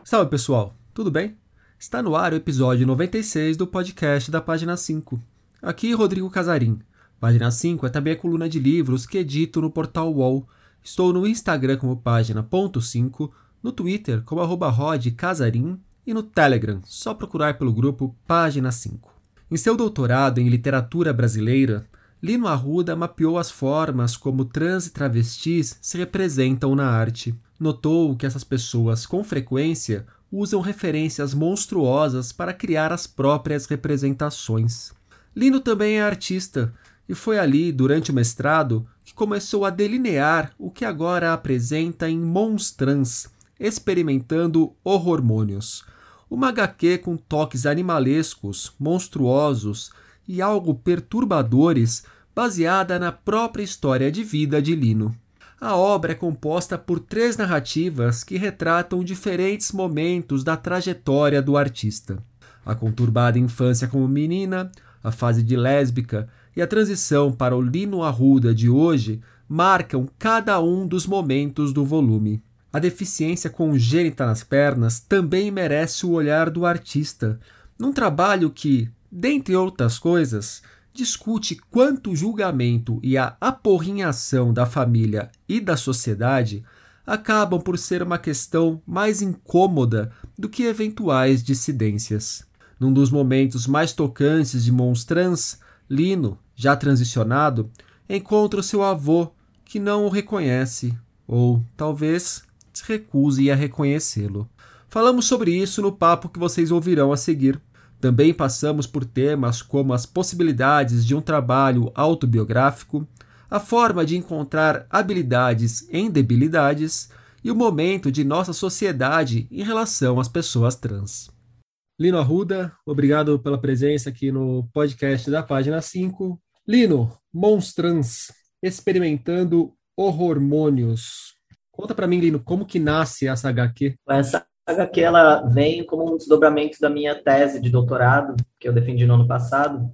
Salve pessoal, tudo bem? Está no ar o episódio 96 do podcast da Página 5. Aqui Rodrigo Casarim. Página 5 é também a coluna de livros que edito no portal UOL. Estou no Instagram como página.5, no Twitter como @rodcasarim e no Telegram, só procurar pelo grupo Página 5. Em seu doutorado em literatura brasileira, Lino Arruda mapeou as formas como trans e travestis se representam na arte. Notou que essas pessoas, com frequência, usam referências monstruosas para criar as próprias representações. Lino também é artista, e foi ali, durante o mestrado, que começou a delinear o que agora apresenta em Monstrans, experimentando hormônios. Uma HQ com toques animalescos, monstruosos e algo perturbadores, baseada na própria história de vida de Lino. A obra é composta por 3 narrativas que retratam diferentes momentos da trajetória do artista. A conturbada infância como menina, a fase de lésbica e a transição para o Lino Arruda de hoje marcam cada um dos momentos do volume. A deficiência congênita nas pernas também merece o olhar do artista, num trabalho que, dentre outras coisas, discute quanto o julgamento e a aporrinhação da família e da sociedade acabam por ser uma questão mais incômoda do que eventuais dissidências. Num dos momentos mais tocantes de Monstrans, Lino, já transicionado, encontra o seu avô, que não o reconhece, ou talvez se recuse a reconhecê-lo. Falamos sobre isso no papo que vocês ouvirão a seguir. Também passamos por temas como as possibilidades de um trabalho autobiográfico, a forma de encontrar habilidades em debilidades e o momento de nossa sociedade em relação às pessoas trans. Lino Arruda, obrigado pela presença aqui no podcast da Página 5. Lino, Monstrans, experimentando hormônios. Conta pra mim, Lino, como que nasce essa HQ? Essa HQ ela vem como um desdobramento da minha tese de doutorado, que eu defendi no ano passado.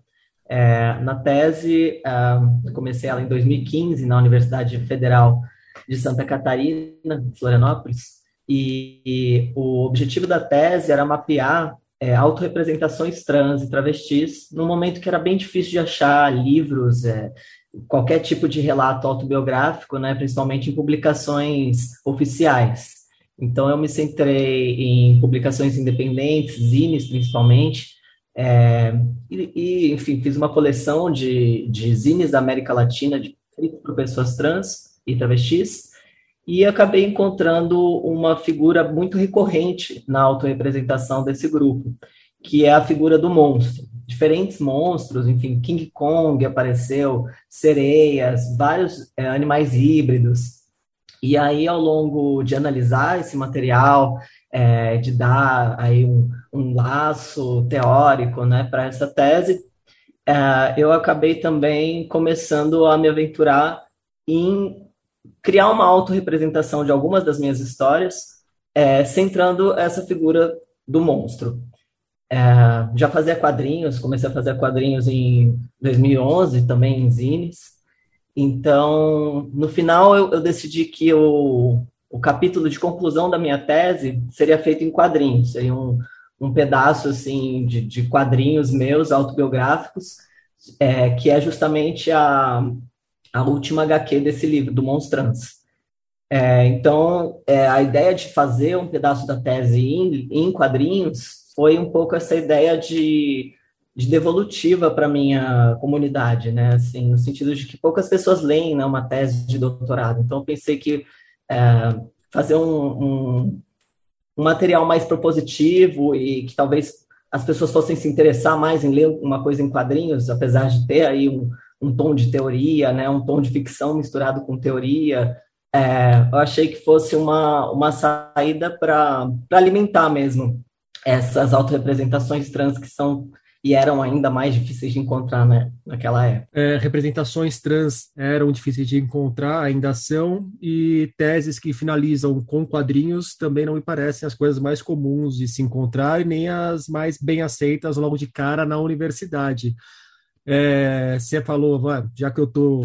Na tese, eu comecei ela em 2015, na Universidade Federal de Santa Catarina, Florianópolis, e o objetivo da tese era mapear autorrepresentações trans e travestis, num momento que era bem difícil de achar livros, qualquer tipo de relato autobiográfico, né, principalmente em publicações oficiais. Então, eu me centrei em publicações independentes, zines principalmente, enfim, fiz uma coleção de zines da América Latina, feitos por pessoas trans e travestis, e acabei encontrando uma figura muito recorrente na autorrepresentação desse grupo, que é a figura do monstro. Diferentes monstros, enfim, King Kong apareceu, sereias, vários animais híbridos. E aí, ao longo de analisar esse material, de dar aí um laço teórico, né, para essa tese, eu acabei também começando a me aventurar em criar uma autorrepresentação de algumas das minhas histórias, centrando essa figura do monstro. Já fazia quadrinhos, comecei a fazer quadrinhos em 2011, também em zines. Então, no final, eu decidi que o capítulo de conclusão da minha tese seria feito em quadrinhos, seria um pedaço assim, de quadrinhos meus, autobiográficos, que é justamente a última HQ desse livro, do Monstrans. Então, a ideia de fazer um pedaço da tese em quadrinhos foi um pouco essa ideia de devolutiva para a minha comunidade, né? Assim, no sentido de que poucas pessoas leem, né, uma tese de doutorado. Então, eu pensei que fazer um material mais propositivo e que talvez as pessoas fossem se interessar mais em ler uma coisa em quadrinhos, apesar de ter aí um tom de teoria, né, um tom de ficção misturado com teoria. Eu achei que fosse uma saída para alimentar mesmo essas autorrepresentações trans que são e eram ainda mais difíceis de encontrar, né, naquela época. Representações trans eram difíceis de encontrar, ainda são, e teses que finalizam com quadrinhos também não me parecem as coisas mais comuns de se encontrar e nem as mais bem aceitas logo de cara na universidade. Você falou, já que eu estou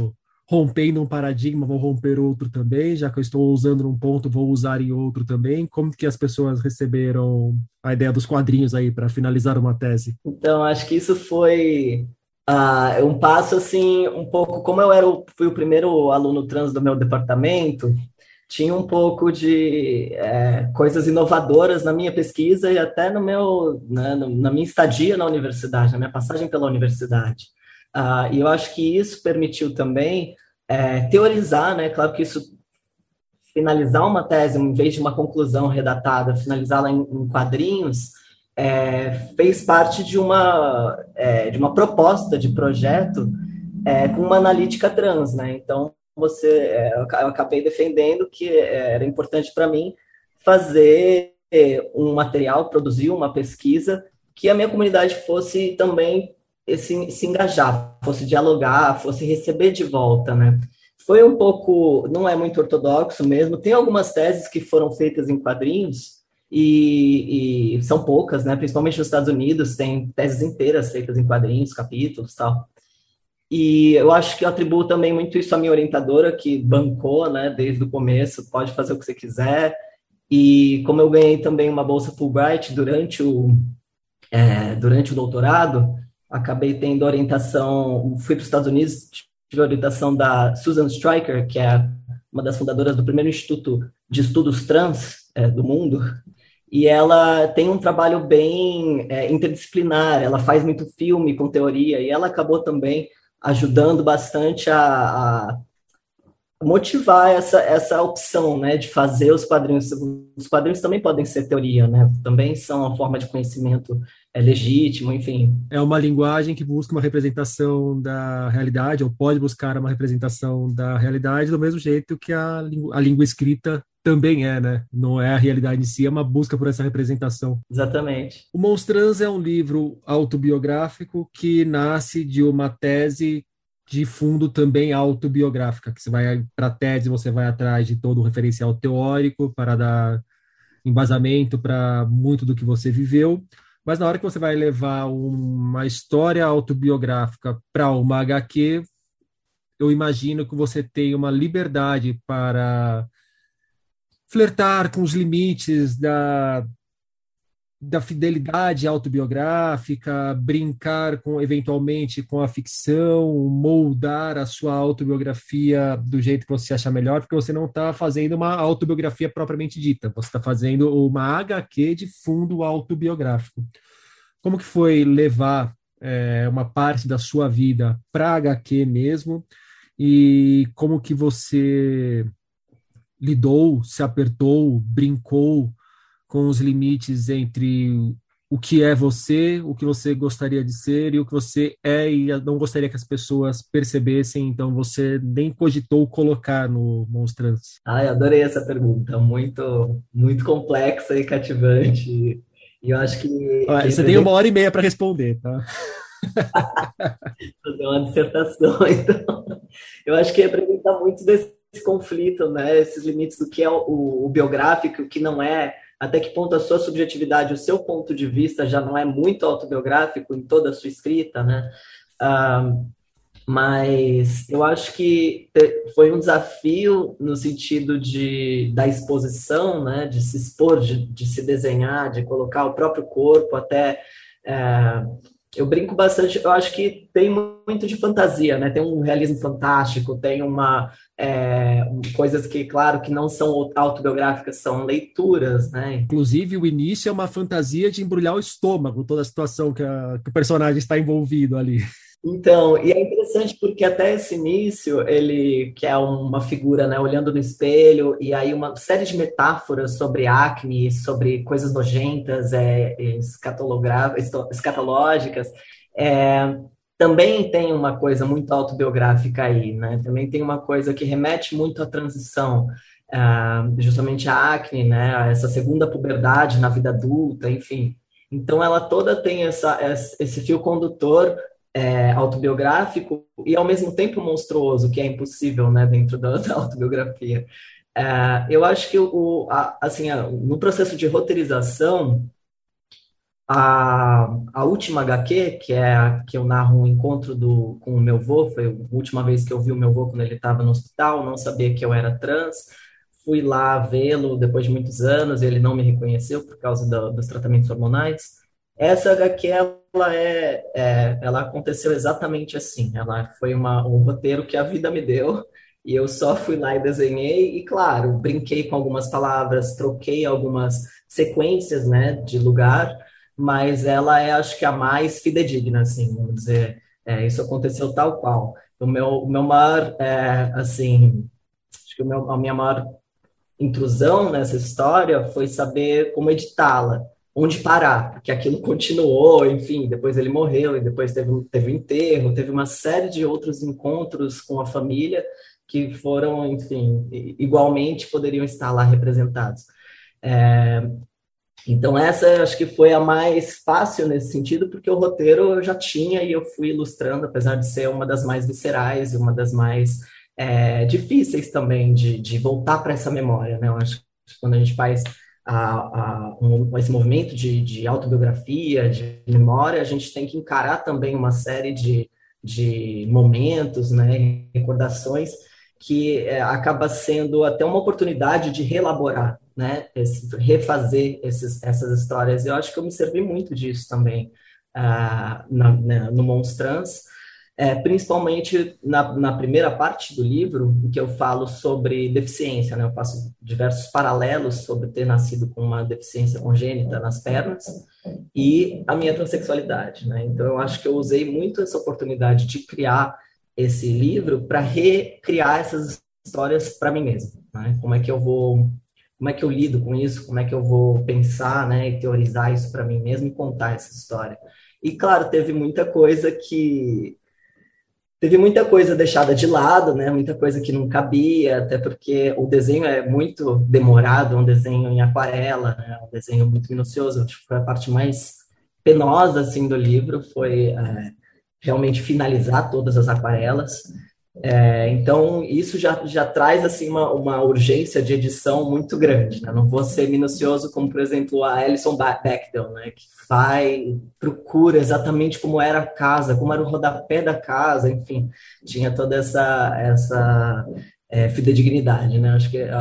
rompendo um paradigma, vou romper outro também, já que eu estou usando num ponto, vou usar em outro também. Como que as pessoas receberam a ideia dos quadrinhos aí para finalizar uma tese? Então, acho que isso foi um passo assim, um pouco, como eu fui o primeiro aluno trans do meu departamento, tinha um pouco de coisas inovadoras na minha pesquisa e até no meu, né, na minha estadia na universidade, na minha passagem pela universidade. E eu acho que isso permitiu também teorizar, né? Claro que isso, finalizar uma tese, em vez de uma conclusão redatada, finalizá-la em quadrinhos, fez parte de uma proposta de projeto com uma analítica trans, né? Então, eu acabei defendendo que era importante para mim fazer um material, produzir uma pesquisa que a minha comunidade fosse também se engajar, fosse dialogar, fosse receber de volta, né? Foi um pouco, não é muito ortodoxo mesmo. Tem algumas teses que foram feitas em quadrinhos e são poucas, né? Principalmente nos Estados Unidos, tem teses inteiras feitas em quadrinhos, capítulos, tal. E eu acho que eu atribuo também muito isso à minha orientadora, que bancou, né, desde o começo, pode fazer o que você quiser. E como eu ganhei também uma bolsa Fulbright durante o doutorado, acabei tendo orientação, fui para os Estados Unidos, tive a orientação da Susan Stryker, que é uma das fundadoras do primeiro Instituto de Estudos Trans do mundo, e ela tem um trabalho bem interdisciplinar, ela faz muito filme com teoria, e ela acabou também ajudando bastante a motivar essa opção, né, de fazer os quadrinhos. Os quadrinhos também podem ser teoria, né, também são uma forma de conhecimento legítimo, enfim. É uma linguagem que busca uma representação da realidade, ou pode buscar uma representação da realidade, do mesmo jeito que a língua escrita também é, né? Não é a realidade em si, é uma busca por essa representação. Exatamente. O Monstrans é um livro autobiográfico que nasce de uma tese de fundo também autobiográfica, que você vai para a tese, você vai atrás de todo o referencial teórico para dar embasamento para muito do que você viveu, mas na hora que você vai levar uma história autobiográfica para uma HQ, eu imagino que você tem uma liberdade para flertar com os limites da fidelidade autobiográfica, brincar com eventualmente com a ficção, moldar a sua autobiografia do jeito que você achar melhor, porque você não está fazendo uma autobiografia propriamente dita, você está fazendo uma HQ de fundo autobiográfico. Como que foi levar uma parte da sua vida para HQ mesmo, e como que você lidou, se apertou, brincou com os limites entre o que é você, o que você gostaria de ser e o que você é e não gostaria que as pessoas percebessem, então você nem cogitou colocar no Monstrans? Ai, adorei essa pergunta, muito, muito complexa e cativante. E eu acho que Você tem representa 1h30 para responder, tá? fazer uma dissertação, então. Eu acho que representa muito desse conflito, né? Esses limites do que é o biográfico, o que não é, até que ponto a sua subjetividade, o seu ponto de vista já não é muito autobiográfico em toda a sua escrita, né? Ah, mas eu acho que foi um desafio no sentido da exposição, né? De se expor, de se desenhar, de colocar o próprio corpo até. é, eu brinco bastante, eu acho que tem muito de fantasia, né? Tem um realismo fantástico, tem coisas que, claro, que não são autobiográficas, são leituras, né? Inclusive, o início é uma fantasia de embrulhar o estômago, toda a situação que o personagem está envolvido ali. Então, e é interessante porque até esse início, ele, que é uma figura, né, olhando no espelho, e aí uma série de metáforas sobre acne, sobre coisas nojentas, escatológicas, também tem uma coisa muito autobiográfica aí, né? Também tem uma coisa que remete muito à transição, justamente à acne, né? A essa segunda puberdade na vida adulta, enfim. Então, ela toda tem esse fio condutor autobiográfico e ao mesmo tempo monstruoso, que é impossível, né, dentro da autobiografia. Eu acho que no processo de roteirização, A última HQ, que é a que eu narro um encontro com o meu avô, foi a última vez que eu vi o meu avô quando ele estava no hospital, não sabia que eu era trans, fui lá vê-lo depois de muitos anos, ele não me reconheceu por causa dos tratamentos hormonais. Essa HQ, ela aconteceu exatamente assim, ela foi um roteiro que a vida me deu, e eu só fui lá e desenhei, e claro, brinquei com algumas palavras, troquei algumas sequências, né, de lugar, mas ela é, acho que, a mais fidedigna, assim, vamos dizer, isso aconteceu tal qual. O meu maior, assim, acho que a minha maior intrusão nessa história foi saber como editá-la, onde parar, porque aquilo continuou, enfim, depois ele morreu, e depois teve um enterro, teve uma série de outros encontros com a família que foram, enfim, igualmente poderiam estar lá representados. É, então, essa acho que foi a mais fácil nesse sentido, porque o roteiro eu já tinha e eu fui ilustrando, apesar de ser uma das mais viscerais, uma das mais difíceis também de voltar para essa memória, né? Eu acho que quando a gente faz esse movimento de autobiografia, de memória, a gente tem que encarar também uma série de momentos, né, recordações, que acaba sendo até uma oportunidade de reelaborar, né, refazer essas histórias. Eu acho que eu me servi muito disso também no Monstrans, principalmente na primeira parte do livro, em que eu falo sobre deficiência, né? Eu faço diversos paralelos sobre ter nascido com uma deficiência congênita nas pernas e a minha transexualidade, né? Então, eu acho que eu usei muito essa oportunidade de criar esse livro para recriar essas histórias para mim mesmo, né? Como é que eu lido com isso? Como é que eu vou pensar, né, e teorizar isso para mim mesmo e contar essa história? E claro, teve muita coisa deixada de lado, né? Muita coisa que não cabia, até porque o desenho é muito demorado, é um desenho em aquarela, né? Um desenho muito minucioso. Acho que foi a parte mais penosa assim do livro, foi realmente finalizar todas as aquarelas. Então, isso já traz assim uma urgência de edição muito grande, né? Não vou ser minucioso como, por exemplo, a Alison Bechdel, né? Que procura exatamente como era a casa, como era o rodapé da casa, enfim, tinha toda essa fidedignidade, né? Acho que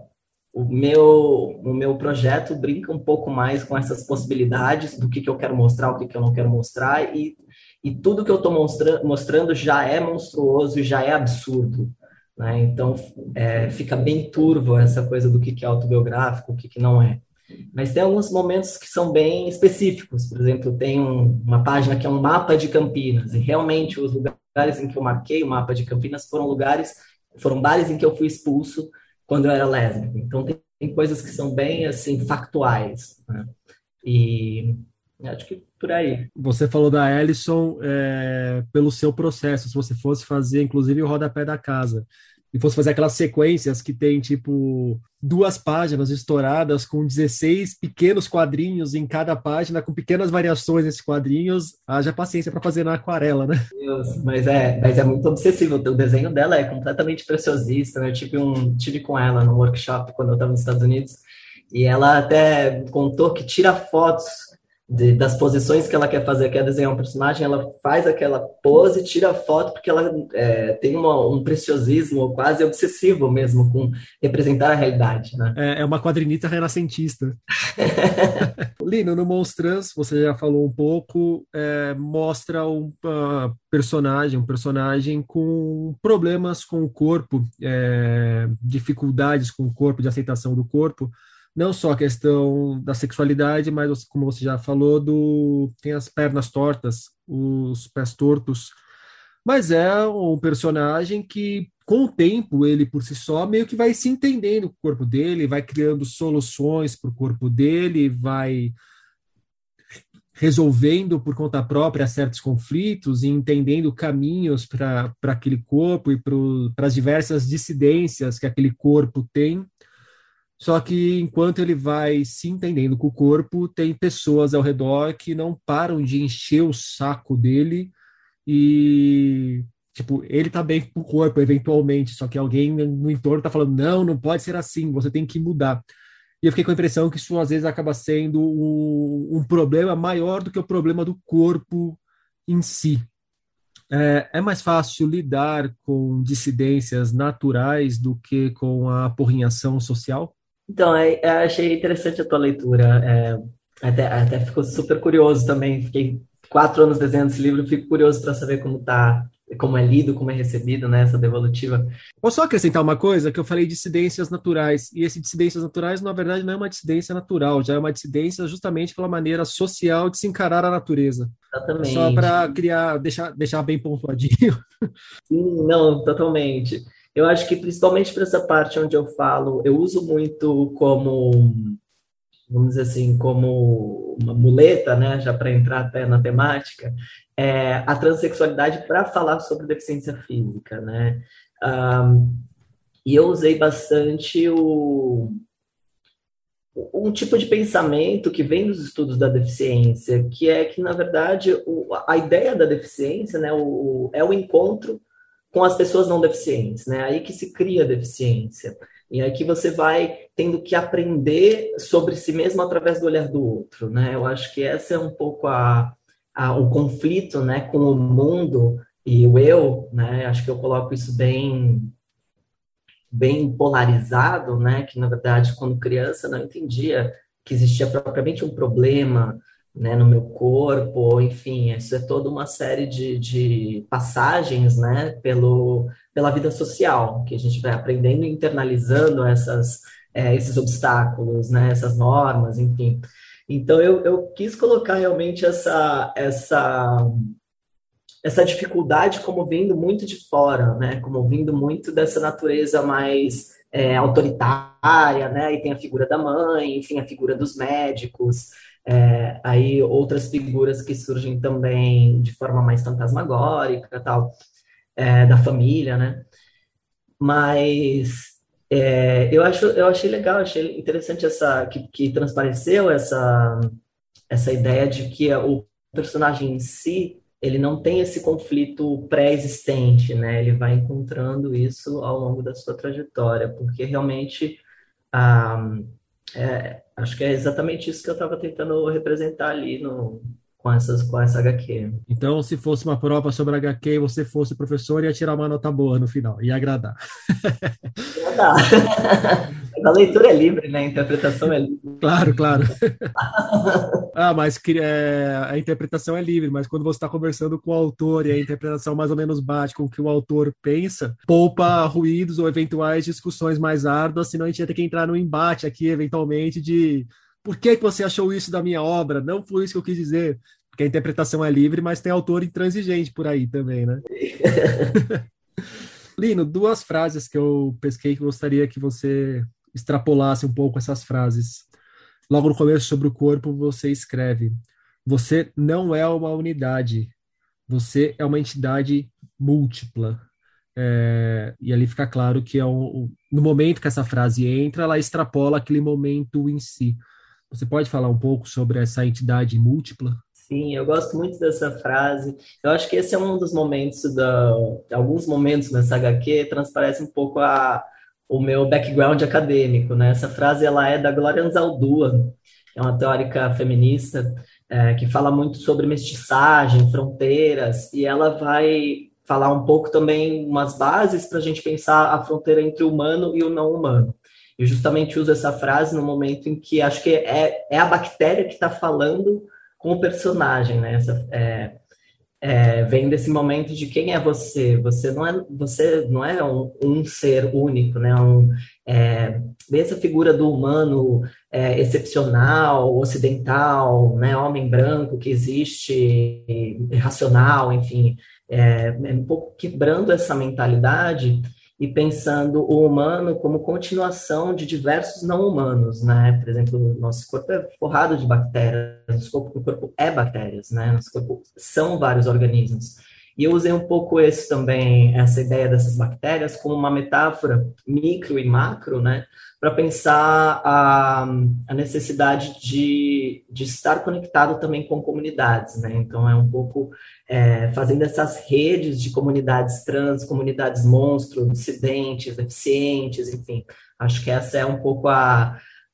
o meu projeto brinca um pouco mais com essas possibilidades do que eu quero mostrar, o que eu não quero mostrar, e tudo que eu estou mostrando já é monstruoso e já é absurdo, né? Então, fica bem turvo essa coisa do que é autobiográfico, o que não é. Mas tem alguns momentos que são bem específicos. Por exemplo, tem uma página que é um mapa de Campinas, e realmente os lugares em que eu marquei o mapa de Campinas foram bares em que eu fui expulso quando eu era lésbica. Então, tem coisas que são bem, assim, factuais, né? E acho que por aí. Você falou da Ellison pelo seu processo, se você fosse fazer, inclusive, o rodapé da casa, e fosse fazer aquelas sequências que tem, tipo, 2 páginas estouradas com 16 pequenos quadrinhos em cada página, com pequenas variações nesses quadrinhos, haja paciência para fazer na aquarela, né? Deus, mas é muito obsessivo. O desenho dela é completamente preciosista, né? Eu tive com ela no workshop quando eu estava nos Estados Unidos, e ela até contou que tira fotos das posições que ela quer fazer, quer desenhar um personagem, ela faz aquela pose, tira foto, porque ela tem um preciosismo quase obsessivo mesmo com representar a realidade, né? É uma quadrinista renascentista. Lino, no Monstrans, você já falou um pouco, mostra um personagem com problemas com o corpo, dificuldades com o corpo, de aceitação do corpo, não só a questão da sexualidade, mas, como você já falou, tem as pernas tortas, os pés tortos, mas é um personagem que, com o tempo, ele por si só meio que vai se entendendo com o corpo dele, vai criando soluções para o corpo dele, vai resolvendo por conta própria certos conflitos e entendendo caminhos para aquele corpo e para as diversas dissidências que aquele corpo tem. Só que enquanto ele vai se entendendo com o corpo, tem pessoas ao redor que não param de encher o saco dele e, tipo, ele tá bem com o corpo, eventualmente, só que alguém no entorno tá falando, não, não pode ser assim, você tem que mudar. E eu fiquei com a impressão que isso às vezes acaba sendo um problema maior do que o problema do corpo em si. É mais fácil lidar com dissidências naturais do que com a apurrinhação social? Então, achei interessante a tua leitura. Até ficou super curioso também. Fiquei 4 anos desenhando esse livro, fico curioso para saber como tá, como é lido, como é recebido, né, essa devolutiva. Posso só acrescentar uma coisa, que eu falei dissidências naturais, e esse dissidências naturais, na verdade, não é uma dissidência natural, já é uma dissidência justamente pela maneira social de se encarar a natureza. É só Exatamente. para criar, deixar bem pontuadinho. Sim, não, totalmente. Eu acho que principalmente para essa parte onde eu falo, eu uso muito como, vamos dizer assim, como uma muleta, né, já para entrar até na temática, a transexualidade para falar sobre deficiência física, né? E eu usei bastante um tipo de pensamento que vem dos estudos da deficiência, que é que, na verdade, a ideia da deficiência, né, é o encontro com as pessoas não deficientes, né? Aí que se cria a deficiência. E aí que você vai tendo que aprender sobre si mesmo através do olhar do outro, né? Eu acho que essa é um pouco o conflito, né, com o mundo e o eu, né? Acho que eu coloco isso bem polarizado, né? Que na verdade, quando criança, não entendia que existia propriamente um problema, né, no meu corpo, ou enfim, isso é toda uma série de passagens, né, pela vida social, que a gente vai aprendendo e internalizando esses obstáculos, né, essas normas, enfim. Então, eu quis colocar realmente essa dificuldade como vindo muito de fora, né? Como vindo muito dessa natureza mais autoritária, né? E tem a figura da mãe, enfim, a figura dos médicos, aí outras figuras que surgem também de forma mais fantasmagórica, tal, da família, né? Mas eu achei legal, achei interessante que transpareceu essa ideia de que o personagem em si, ele não tem esse conflito pré-existente, né? Ele vai encontrando isso ao longo da sua trajetória, porque realmente ah, acho que é exatamente isso que eu estava tentando representar ali com essa HQ. Então, se fosse uma prova sobre HQ e você fosse professor, ia tirar uma nota boa no final, ia agradar. Não dá. A leitura é livre, né? A interpretação é livre. Claro, claro. Ah, mas a interpretação é livre, mas quando você está conversando com o autor e a interpretação mais ou menos bate com o que o autor pensa, poupa ruídos ou eventuais discussões mais árduas, senão a gente ia ter que entrar no embate aqui, eventualmente, de por que você achou isso da minha obra? Não foi isso que eu quis dizer. Porque a interpretação é livre, mas tem autor intransigente por aí também, né? Lino, duas frases que eu pesquei que gostaria que você extrapolasse um pouco essas frases. Logo no começo, sobre o corpo, você escreve: você não é uma unidade, você é uma entidade múltipla. E ali fica claro que no momento que essa frase entra, ela extrapola aquele momento em si. Você pode falar um pouco sobre essa entidade múltipla? Sim, eu gosto muito dessa frase. Eu acho que esse é um dos momentos alguns momentos nessa HQ transparece um pouco o meu background acadêmico, né? Essa frase ela é da Gloria Anzaldúa, é uma teórica feminista que fala muito sobre mestiçagem, fronteiras, e ela vai falar um pouco também umas bases para a gente pensar a fronteira entre o humano e o não humano. Eu justamente uso essa frase no momento em que acho que é a bactéria que está falando com o personagem, né? Vem desse momento de quem é você. Você não é um ser único, né? Vê essa figura do humano excepcional, ocidental, né? Homem branco que existe, racional, enfim, um pouco quebrando essa mentalidade e pensando o humano como continuação de diversos não humanos, né? Por exemplo, nosso corpo é forrado de bactérias, o corpo é bactérias, né? Nosso corpo são vários organismos. E eu usei um pouco essa ideia dessas bactérias como uma metáfora micro e macro, né? Para pensar a necessidade de estar conectado também com comunidades, né? Então, é um pouco fazendo essas redes de comunidades trans, comunidades monstro, dissidentes, deficientes, enfim. Acho que essa é um pouco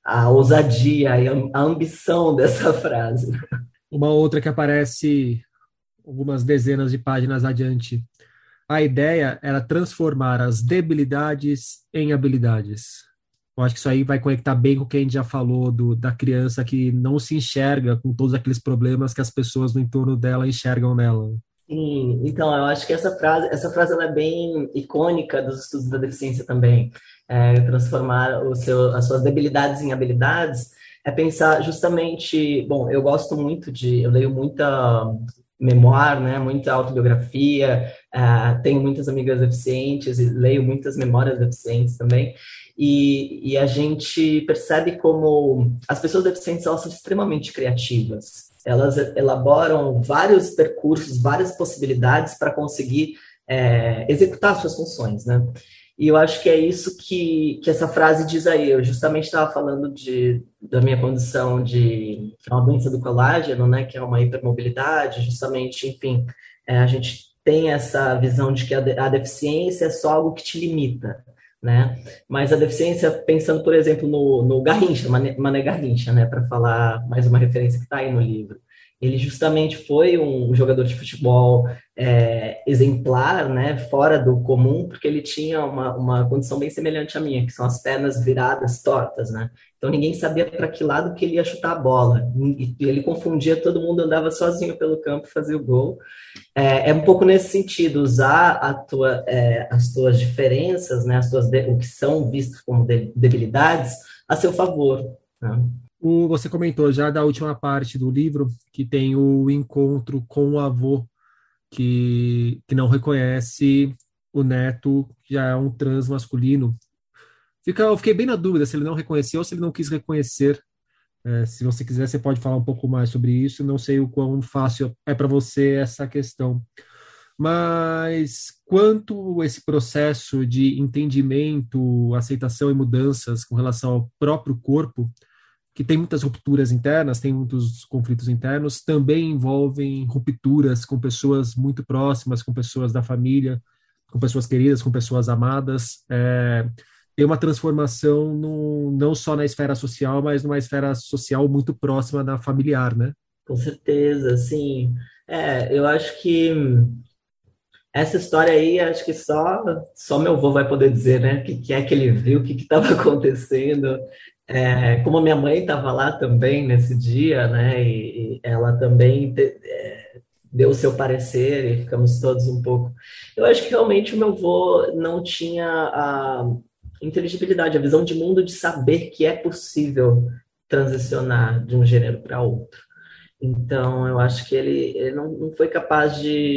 a ousadia e a ambição dessa frase. Uma outra que aparece algumas dezenas de páginas adiante. A ideia era transformar as debilidades em habilidades. Eu acho que isso aí vai conectar bem com o que a gente já falou da criança que não se enxerga com todos aqueles problemas que as pessoas no entorno dela enxergam nela. Sim, então eu acho que essa frase ela é bem icônica dos estudos da deficiência também. Transformar as suas debilidades em habilidades é pensar justamente, bom, eu leio muita memoir, né, muita autobiografia, tenho muitas amigas deficientes e leio muitas memórias deficientes também, e a gente percebe como as pessoas deficientes elas são extremamente criativas. Elas elaboram vários percursos, várias possibilidades para conseguir executar suas funções, né? E eu acho que é isso que essa frase diz aí. Eu justamente estava falando da minha condição de que é uma doença do colágeno, né? Que é uma hipermobilidade, justamente, enfim, a gente tem essa visão de que a deficiência é só algo que te limita, né? Mas a deficiência, pensando, por exemplo, no Garrincha, Mané Garrincha, né? Para falar mais uma referência que está aí no livro. Ele justamente foi um jogador de futebol exemplar, né, fora do comum, porque ele tinha uma condição bem semelhante à minha, que são as pernas viradas, tortas, né? Então ninguém sabia para que lado que ele ia chutar a bola. E ele confundia, todo mundo andava sozinho pelo campo, fazia o gol. É um pouco nesse sentido, usar as tuas diferenças, né, o que são vistas como debilidades, a seu favor, né? Você comentou já da última parte do livro, que tem o encontro com o avô, que não reconhece o neto, que já é um trans masculino. Eu fiquei bem na dúvida se ele não reconheceu ou se ele não quis reconhecer. Se você quiser, você pode falar um pouco mais sobre isso. Não sei o quão fácil é para você essa questão. Mas quanto esse processo de entendimento, aceitação e mudanças com relação ao próprio corpo, que tem muitas rupturas internas, tem muitos conflitos internos, também envolvem rupturas com pessoas muito próximas, com pessoas da família, com pessoas queridas, com pessoas amadas. Tem uma transformação não só na esfera social, mas numa esfera social muito próxima da familiar, né? Com certeza, sim. Eu acho que essa história aí, acho que só meu avô vai poder dizer, né? O que é que ele viu, o que estava acontecendo. Como a minha mãe estava lá também nesse dia, né? E ela também deu o seu parecer e ficamos todos um pouco. Eu acho que realmente o meu avô não tinha a inteligibilidade, a visão de mundo de saber que é possível transicionar de um gênero para outro. Então, eu acho que ele não foi capaz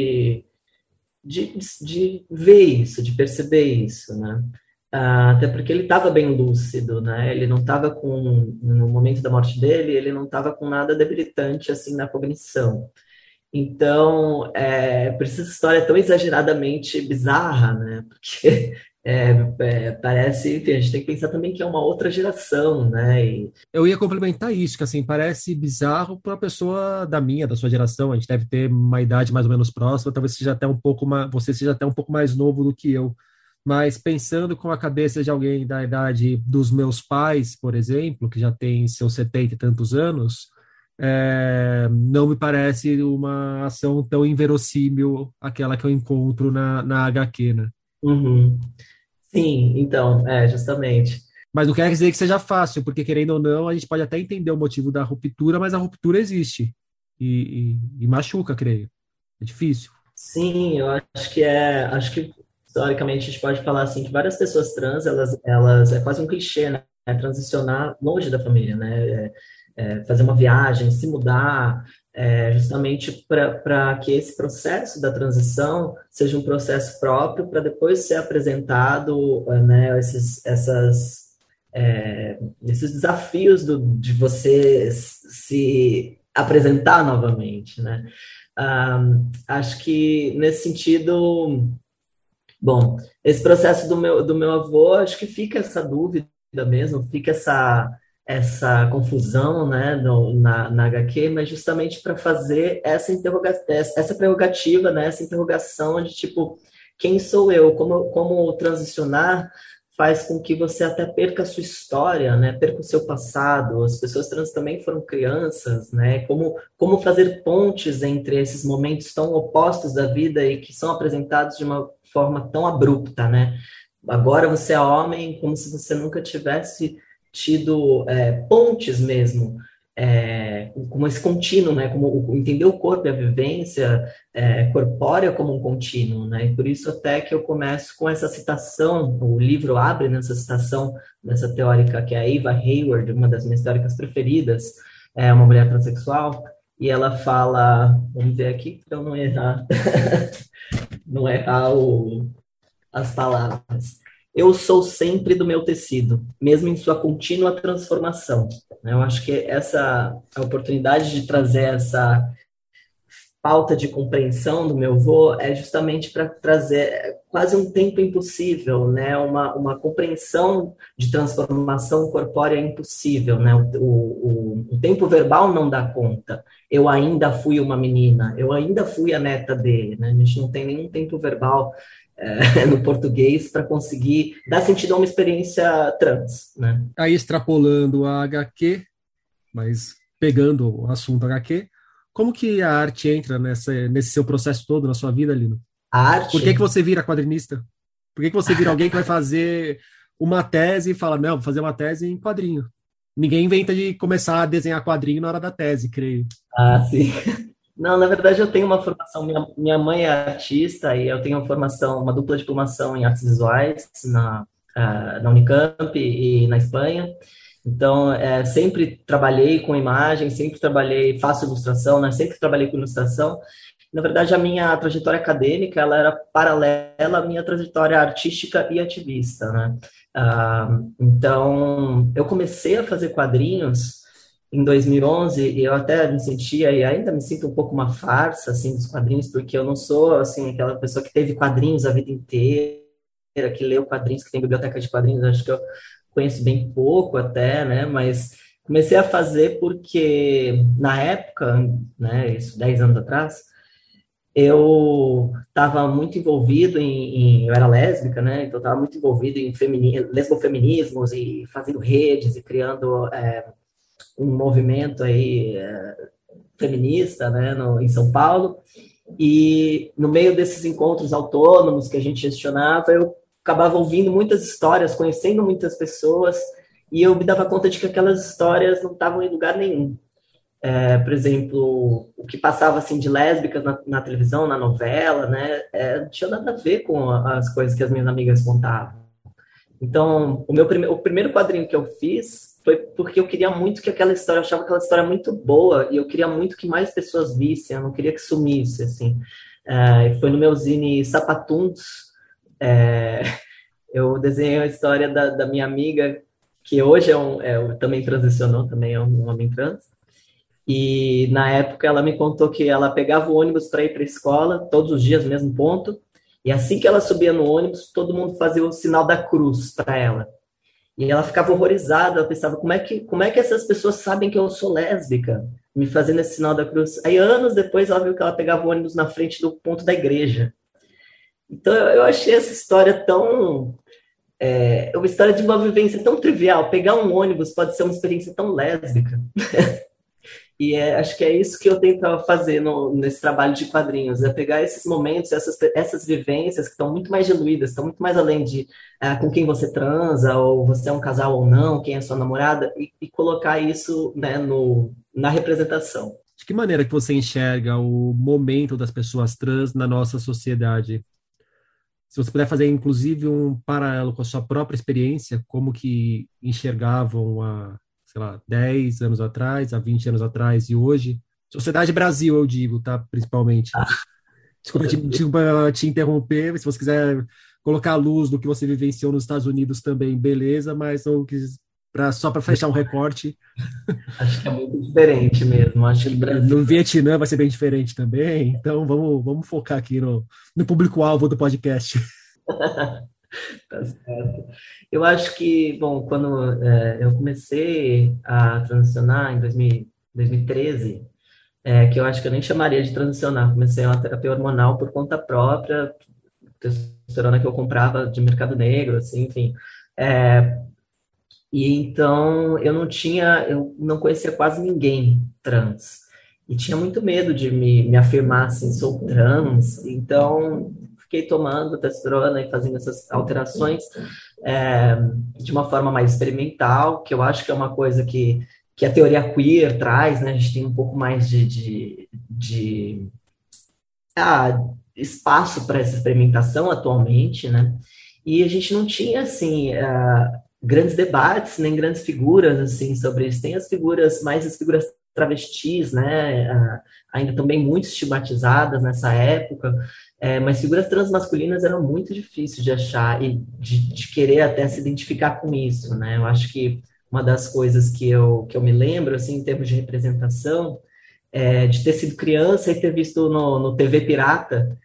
de ver isso, de perceber isso, né? Até porque ele estava bem lúcido, né? Ele não estava no momento da morte dele, ele não estava com nada debilitante assim na cognição. Então, por isso essa história é tão exageradamente bizarra, né? Porque parece, enfim, a gente tem que pensar também que é uma outra geração, né? Eu ia complementar isso, que assim, parece bizarro para uma pessoa da sua geração. A gente deve ter uma idade mais ou menos próxima, talvez seja até um pouco mais, você seja até um pouco mais novo do que eu. Mas pensando com a cabeça de alguém da idade dos meus pais, por exemplo, que já tem seus 70 e tantos anos, não me parece uma ação tão inverossímil aquela que eu encontro na HQ, né? Uhum. Sim, então, justamente. Mas não quer dizer que seja fácil, porque querendo ou não, a gente pode até entender o motivo da ruptura, mas a ruptura existe e machuca, creio. É difícil. Sim, eu acho que historicamente a gente pode falar assim que várias pessoas trans, elas é quase um clichê, né? Transicionar longe da família, né? Fazer uma viagem, se mudar, justamente para que esse processo da transição seja um processo próprio para depois ser apresentado, né? Esses desafios de você se apresentar novamente, né? Acho que nesse sentido, bom, esse processo do meu avô, acho que fica essa dúvida mesmo, fica essa confusão, né, na HQ, mas justamente para fazer essa prerrogativa, né, essa interrogação de tipo, quem sou eu? Como transicionar faz com que você até perca a sua história, né? Perca o seu passado. As pessoas trans também foram crianças, né? Como fazer pontes entre esses momentos tão opostos da vida e que são apresentados de uma forma tão abrupta, né? Agora você é homem, como se você nunca tivesse tido pontes mesmo, como esse contínuo, né? Como entender o corpo e a vivência corpórea como um contínuo, né? E por isso até que eu começo com essa citação, o livro abre nessa citação dessa teórica que é a Eva Hayward, uma das minhas teóricas preferidas, é uma mulher transexual, e ela fala, vamos ver aqui para eu não errar, não errar as palavras. Eu sou sempre do meu tecido, mesmo em sua contínua transformação. Eu acho que essa a oportunidade de trazer essa falta de compreensão do meu avô é justamente para trazer quase um tempo impossível, né? Uma compreensão de transformação corpórea impossível, né? O tempo verbal não dá conta. Eu ainda fui uma menina, eu ainda fui a neta dele, né? A gente não tem nenhum tempo verbal no português para conseguir dar sentido a uma experiência trans, né? Aí, extrapolando a HQ, mas pegando o assunto HQ, como que a arte entra nesse seu processo todo na sua vida, Lino? A Por que arte, você vira quadrinista? Por que você vira alguém que vai fazer uma tese e fala, não, vou fazer uma tese em quadrinho? Ninguém inventa de começar a desenhar quadrinho na hora da tese, creio. sim. Não, na verdade eu tenho uma formação, minha mãe é artista e eu tenho uma formação, uma dupla diplomação em artes visuais na Unicamp e na Espanha. Então, sempre trabalhei com imagem, sempre trabalhei, faço ilustração, né? Sempre trabalhei com ilustração. Na verdade, a minha trajetória acadêmica, ela era paralela à minha trajetória artística e ativista, né? Então, eu comecei a fazer quadrinhos em 2011 e eu até me sentia, e ainda me sinto um pouco uma farsa, assim, dos quadrinhos, porque eu não sou, assim, aquela pessoa que teve quadrinhos a vida inteira, que leu quadrinhos, que tem biblioteca de quadrinhos, acho que eu conheço bem pouco até, né, mas comecei a fazer porque, na época, né, isso 10 anos atrás, eu estava muito envolvido eu era lésbica, né, então estava muito envolvido em lesbofeminismos e fazendo redes e criando um movimento aí feminista, né, em São Paulo, e no meio desses encontros autônomos que a gente gestionava, eu acabava ouvindo muitas histórias, conhecendo muitas pessoas, e eu me dava conta de que aquelas histórias não estavam em lugar nenhum. Por exemplo, o que passava assim de lésbicas na televisão, na novela, né, não tinha nada a ver com as coisas que as minhas amigas contavam. Então, o primeiro quadrinho que eu fiz foi porque eu queria muito que aquela história, eu achava aquela história muito boa, e eu queria muito que mais pessoas vissem, eu não queria que sumisse, assim. Foi no meu zine Sapatuns, eu desenhei a história da minha amiga, que hoje também transicionou, também é um homem trans, e na época ela me contou que ela pegava o ônibus para ir para a escola, todos os dias, mesmo ponto, e assim que ela subia no ônibus, todo mundo fazia o sinal da cruz para ela. E ela ficava horrorizada, ela pensava, como é que essas pessoas sabem que eu sou lésbica? Me fazendo esse sinal da cruz. Aí, anos depois, ela viu que ela pegava o ônibus na frente do ponto da igreja. Então, eu achei essa história tão... uma história de uma vivência tão trivial. Pegar um ônibus pode ser uma experiência tão lésbica. E acho que é isso que eu tento fazer nesse trabalho de quadrinhos, é pegar esses momentos, essas vivências que estão muito mais diluídas, estão muito mais além de com quem você transa, ou você é um casal ou não, quem é sua namorada, e colocar isso, né, na representação. De que maneira que você enxerga o momento das pessoas trans na nossa sociedade? Se você puder fazer, inclusive, um paralelo com a sua própria experiência, como que enxergavam sei lá, 10 anos atrás, há 20 anos atrás e hoje. Sociedade Brasil, eu digo, tá? Principalmente. Desculpa te interromper, se você quiser colocar a luz do que você vivenciou nos Estados Unidos também, beleza, mas não quis, só para fechar um recorte. Acho que é muito diferente mesmo. Acho que o Brasil... No Vietnã vai ser bem diferente também, então vamos focar aqui no público-alvo do podcast. Tá certo. Eu acho que, bom, quando eu comecei a transicionar em 2013, que eu acho que eu nem chamaria de transicionar, comecei uma terapia hormonal por conta própria, testosterona que eu comprava de mercado negro, assim, enfim, E então eu não conhecia quase ninguém trans. E tinha muito medo de me afirmar assim, sou trans. Então fiquei tomando testosterona e fazendo essas alterações é, de uma forma mais experimental, que eu acho que é uma coisa que a teoria queer traz, né? A gente tem um pouco mais de espaço para essa experimentação atualmente, né? E a gente não tinha, assim, grandes debates, nem grandes figuras, assim, sobre isso. Tem as figuras, mais as figuras travestis, né? Ainda também muito estigmatizadas nessa época, mas figuras transmasculinas eram muito difíceis de achar e de querer até se identificar com isso, né? Eu acho que uma das coisas que eu me lembro, assim, em termos de representação, de ter sido criança e ter visto no TV Pirata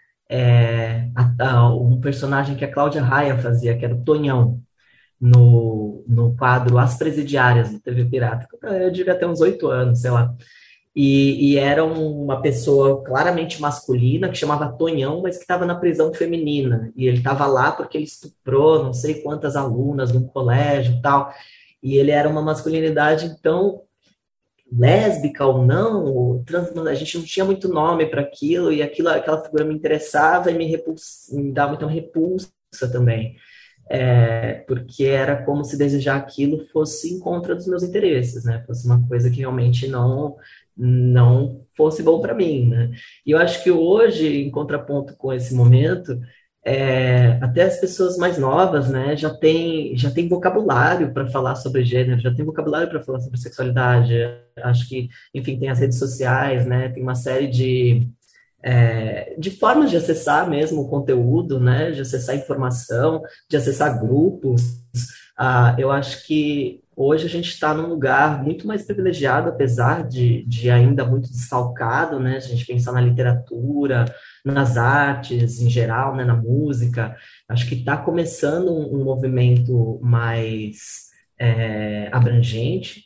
um personagem que a Cláudia Raia fazia, que era o Tonhão, no quadro As Presidiárias do TV Pirata. Eu devia ter uns 8 anos, sei lá. E era uma pessoa claramente masculina, que chamava Tonhão, mas que estava na prisão feminina. E ele estava lá porque ele estuprou não sei quantas alunas num colégio e tal. E ele era uma masculinidade, então, lésbica ou não, ou trans, a gente não tinha muito nome para aquilo, e aquela figura me interessava e me dava muita repulsa também. Porque era como se desejar aquilo fosse em contra dos meus interesses, né? Fosse uma coisa que realmente não fosse bom para mim, né? E eu acho que hoje, em contraponto com esse momento, até as pessoas mais novas, né, já tem vocabulário para falar sobre gênero, já tem vocabulário para falar sobre sexualidade. Acho que, enfim, tem as redes sociais, né, tem uma série de formas de acessar mesmo o conteúdo, né, de acessar informação, de acessar grupos. Eu acho que hoje a gente está num lugar muito mais privilegiado, apesar de ainda muito desfalcado, né, se a gente pensar na literatura, nas artes em geral, né, na música. Acho que está começando um movimento mais abrangente,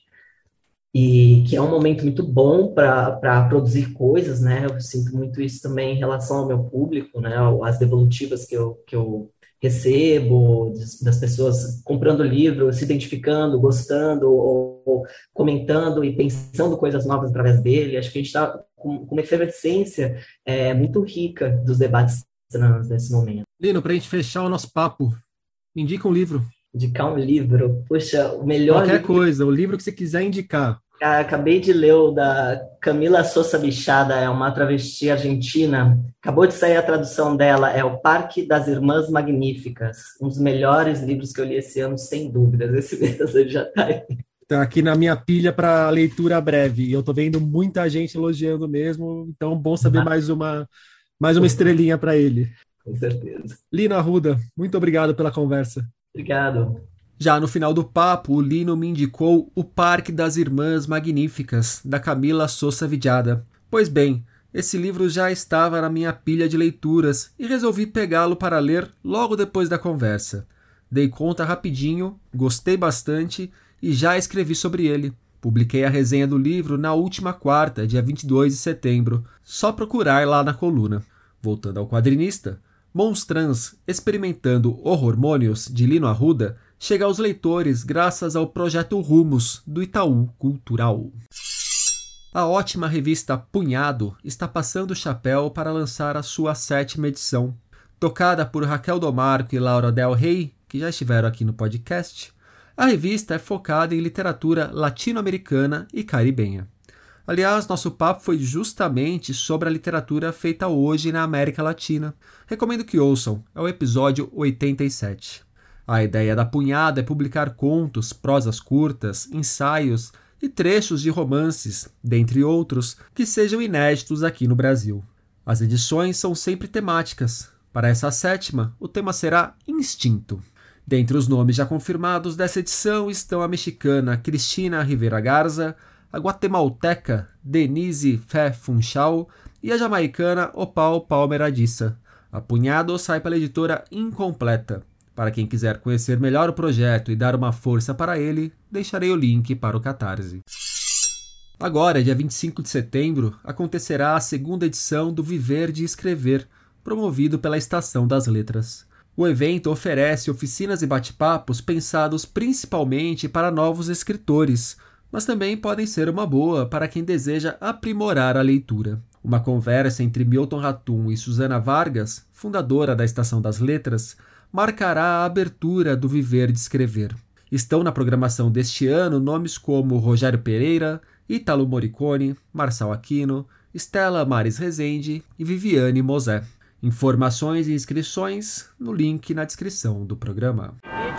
e que é um momento muito bom para produzir coisas, né? Eu sinto muito isso também em relação ao meu público, né? As devolutivas que eu recebo das pessoas comprando livro, se identificando, gostando, ou comentando e pensando coisas novas através dele. Acho que a gente está com uma efervescência muito rica dos debates trans nesse momento. Lino, para a gente fechar o nosso papo, me indica um livro. Indicar um livro, puxa, o melhor Qualquer livro. coisa, o livro que você quiser indicar. Acabei de ler o da Camila Sosa Bichada, é uma travesti argentina. Acabou de sair a tradução dela, é O Parque das Irmãs Magníficas. Um dos melhores livros que eu li esse ano, sem dúvidas. Esse mesmo já está aí. Tá aqui na minha pilha para leitura breve. E eu tô vendo muita gente elogiando mesmo, então bom saber mais uma estrelinha para ele. Com certeza. Lino Arruda, muito obrigado pela conversa. Obrigado. Já no final do papo, o Lino me indicou O Parque das Irmãs Magníficas, da Camila Sosa Vidiada. Pois bem, esse livro já estava na minha pilha de leituras e resolvi pegá-lo para ler logo depois da conversa. Dei conta rapidinho, gostei bastante e já escrevi sobre ele. Publiquei a resenha do livro na última quarta, dia 22 de setembro. Só procurar lá na coluna. Voltando ao quadrinista, Monstrans, experimentando hormônios de Lino Arruda, chega aos leitores graças ao projeto Rumos, do Itaú Cultural. A ótima revista Punhado está passando o chapéu para lançar a sua 7ª edição. Tocada por Raquel Domarco e Laura Del Rey, que já estiveram aqui no podcast, a revista é focada em literatura latino-americana e caribenha. Aliás, nosso papo foi justamente sobre a literatura feita hoje na América Latina. Recomendo que ouçam, é o episódio 87. A ideia da Punhado é publicar contos, prosas curtas, ensaios e trechos de romances, dentre outros, que sejam inéditos aqui no Brasil. As edições são sempre temáticas. Para essa 7ª, o tema será Instinto. Dentre os nomes já confirmados dessa edição estão a mexicana Cristina Rivera Garza, a guatemalteca Denise Fé Funchal e a jamaicana Opal Palmer Adissa. A Punhado sai pela editora Incompleta. Para quem quiser conhecer melhor o projeto e dar uma força para ele, deixarei o link para o Catarse. Agora, dia 25 de setembro, acontecerá a 2ª edição do Viver de Escrever, promovido pela Estação das Letras. O evento oferece oficinas e bate-papos pensados principalmente para novos escritores, mas também podem ser uma boa para quem deseja aprimorar a leitura. Uma conversa entre Milton Ratum e Susana Vargas, fundadora da Estação das Letras, marcará a abertura do Viver de Escrever. Estão na programação deste ano nomes como Rogério Pereira, Ítalo Morricone, Marçal Aquino, Stella Maris Rezende e Viviane Mosé. Informações e inscrições no link na descrição do programa.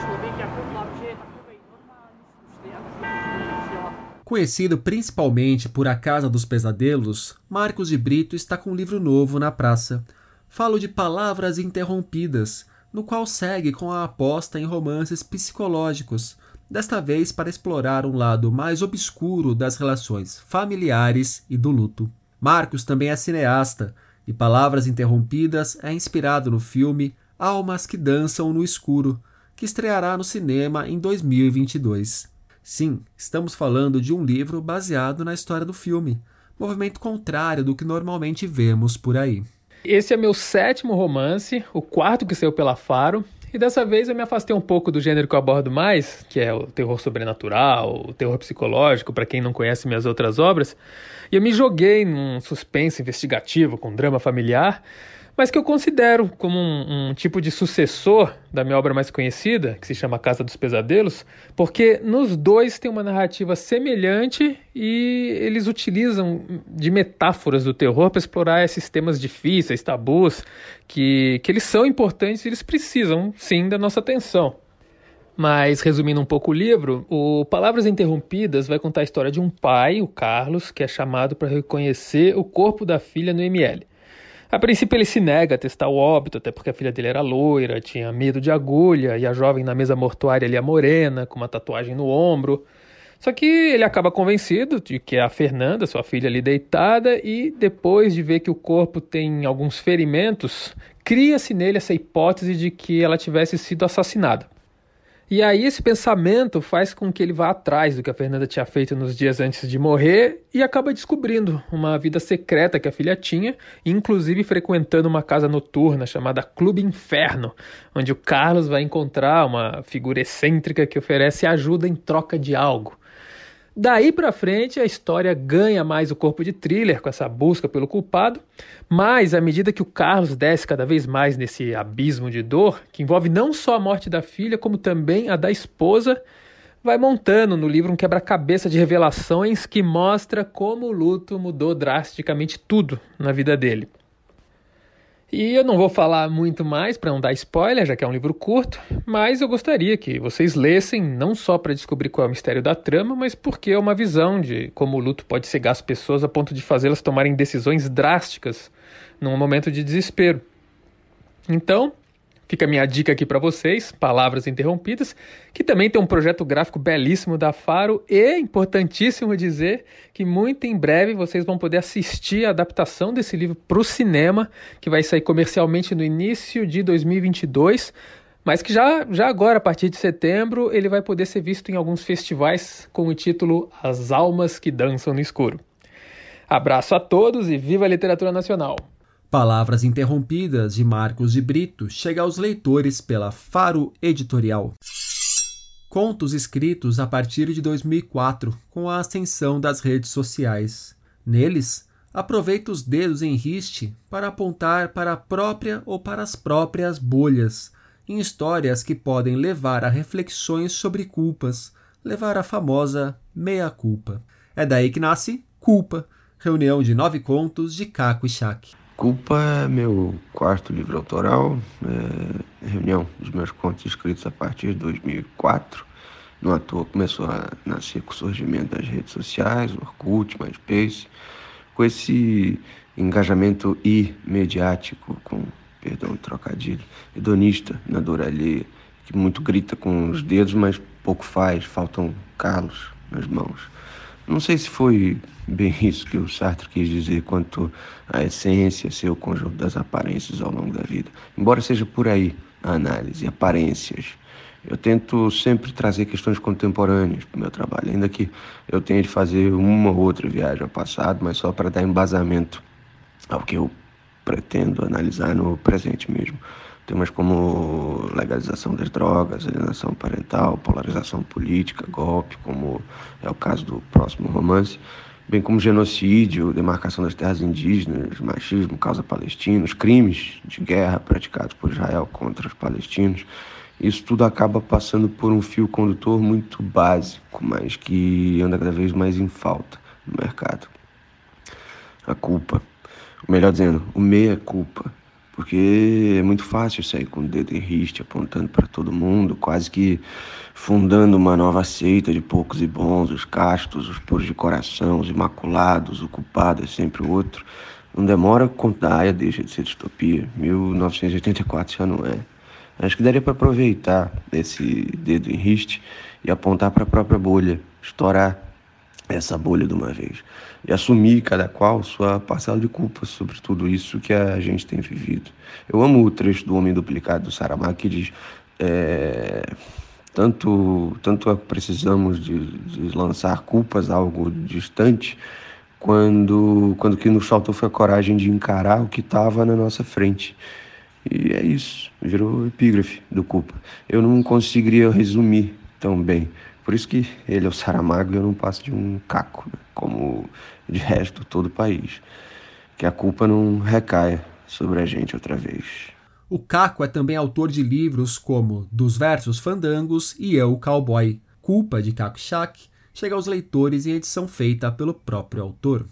Conhecido principalmente por A Casa dos Pesadelos, Marcos de Brito está com um livro novo na praça. Falo de Palavras Interrompidas, no qual segue com a aposta em romances psicológicos, desta vez para explorar um lado mais obscuro das relações familiares e do luto. Marcos também é cineasta, e Palavras Interrompidas é inspirado no filme Almas que Dançam no Escuro, que estreará no cinema em 2022. Sim, estamos falando de um livro baseado na história do filme, movimento contrário do que normalmente vemos por aí. Esse é meu 7º romance, o 4º que saiu pela Faro, e dessa vez eu me afastei um pouco do gênero que eu abordo mais, que é o terror sobrenatural, o terror psicológico, para quem não conhece minhas outras obras, e eu me joguei num suspense investigativo com drama familiar, mas que eu considero como um tipo de sucessor da minha obra mais conhecida, que se chama Casa dos Pesadelos, porque nos dois tem uma narrativa semelhante e eles utilizam de metáforas do terror para explorar esses temas difíceis, tabus, que eles são importantes e eles precisam, sim, da nossa atenção. Mas, resumindo um pouco o livro, o Palavras Interrompidas vai contar a história de um pai, o Carlos, que é chamado para reconhecer o corpo da filha no IML. A princípio ele se nega a testar o óbito, até porque a filha dele era loira, tinha medo de agulha, e a jovem na mesa mortuária ali é morena, com uma tatuagem no ombro. Só que ele acaba convencido de que é a Fernanda, sua filha ali deitada, e depois de ver que o corpo tem alguns ferimentos, cria-se nele essa hipótese de que ela tivesse sido assassinada. E aí esse pensamento faz com que ele vá atrás do que a Fernanda tinha feito nos dias antes de morrer e acaba descobrindo uma vida secreta que a filha tinha, inclusive frequentando uma casa noturna chamada Clube Inferno, onde o Carlos vai encontrar uma figura excêntrica que oferece ajuda em troca de algo. Daí pra frente, a história ganha mais o corpo de thriller com essa busca pelo culpado, mas à medida que o Carlos desce cada vez mais nesse abismo de dor, que envolve não só a morte da filha, como também a da esposa, vai montando no livro um quebra-cabeça de revelações que mostra como o luto mudou drasticamente tudo na vida dele. E eu não vou falar muito mais para não dar spoiler, já que é um livro curto, mas eu gostaria que vocês lessem, não só para descobrir qual é o mistério da trama, mas porque é uma visão de como o luto pode cegar as pessoas a ponto de fazê-las tomarem decisões drásticas num momento de desespero. Então, fica a minha dica aqui para vocês, Palavras Interrompidas, que também tem um projeto gráfico belíssimo da Faro e, importantíssimo dizer, que muito em breve vocês vão poder assistir a adaptação desse livro para o cinema, que vai sair comercialmente no início de 2022, mas que já agora, a partir de setembro, ele vai poder ser visto em alguns festivais com o título As Almas que Dançam no Escuro. Abraço a todos e viva a literatura nacional! Palavras Interrompidas, de Marcos de Brito, chega aos leitores pela Faro Editorial. Contos escritos a partir de 2004, com a ascensão das redes sociais. Neles, aproveita os dedos em riste para apontar para a própria ou para as próprias bolhas, em histórias que podem levar a reflexões sobre culpas, levar a famosa meia-culpa. É daí que nasce Culpa, reunião de 9 contos de Caco e Chac. Culpa é meu 4º livro autoral, reunião dos meus contos escritos a partir de 2004. Não à toa começou a nascer com o surgimento das redes sociais, o Orkut, MySpace, com esse engajamento imediático, com, perdão, trocadilho, hedonista na dor alheia, que muito grita com os dedos, mas pouco faz, faltam calos nas mãos. Não sei se foi bem isso que o Sartre quis dizer quanto à essência ser o conjunto das aparências ao longo da vida. Embora seja por aí a análise, aparências. Eu tento sempre trazer questões contemporâneas para o meu trabalho, ainda que eu tenha de fazer uma ou outra viagem ao passado, mas só para dar embasamento ao que eu pretendo analisar no presente mesmo. Temas como legalização das drogas, alienação parental, polarização política, golpe, como é o caso do próximo romance, bem como genocídio, demarcação das terras indígenas, machismo, causa palestina, os crimes de guerra praticados por Israel contra os palestinos. Isso tudo acaba passando por um fio condutor muito básico, mas que anda cada vez mais em falta no mercado. A culpa, ou melhor dizendo, o meia-culpa, porque é muito fácil sair com o dedo em riste, apontando para todo mundo, quase que fundando uma nova seita de poucos e bons, os castos, os puros de coração, os imaculados, o culpado é sempre o outro. Não demora quando a Haia deixa de ser distopia, 1984 já não é. Acho que daria para aproveitar esse dedo em riste e apontar para a própria bolha, estourar essa bolha de uma vez e assumir cada qual sua parcela de culpa sobre tudo isso que a gente tem vivido. Eu amo o trecho do Homem Duplicado do Saramago que diz tanto precisamos de lançar culpas a algo distante quando que nos faltou foi a coragem de encarar o que estava na nossa frente. E é isso, virou epígrafe do Culpa. Eu não conseguiria resumir tão bem. Por isso que ele é o Saramago e eu não passo de um caco, né? Como de resto todo o país. Que a culpa não recaia sobre a gente outra vez. O Caco é também autor de livros como Dos Versos Fandangos e Eu, Cowboy. Culpa, de Caco Schack, chega aos leitores em edição feita pelo próprio autor.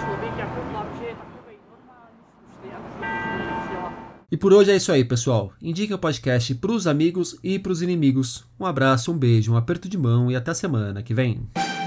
E por hoje é isso aí, pessoal. Indiquem o podcast pros amigos e pros inimigos. Um abraço, um beijo, um aperto de mão e até a semana que vem.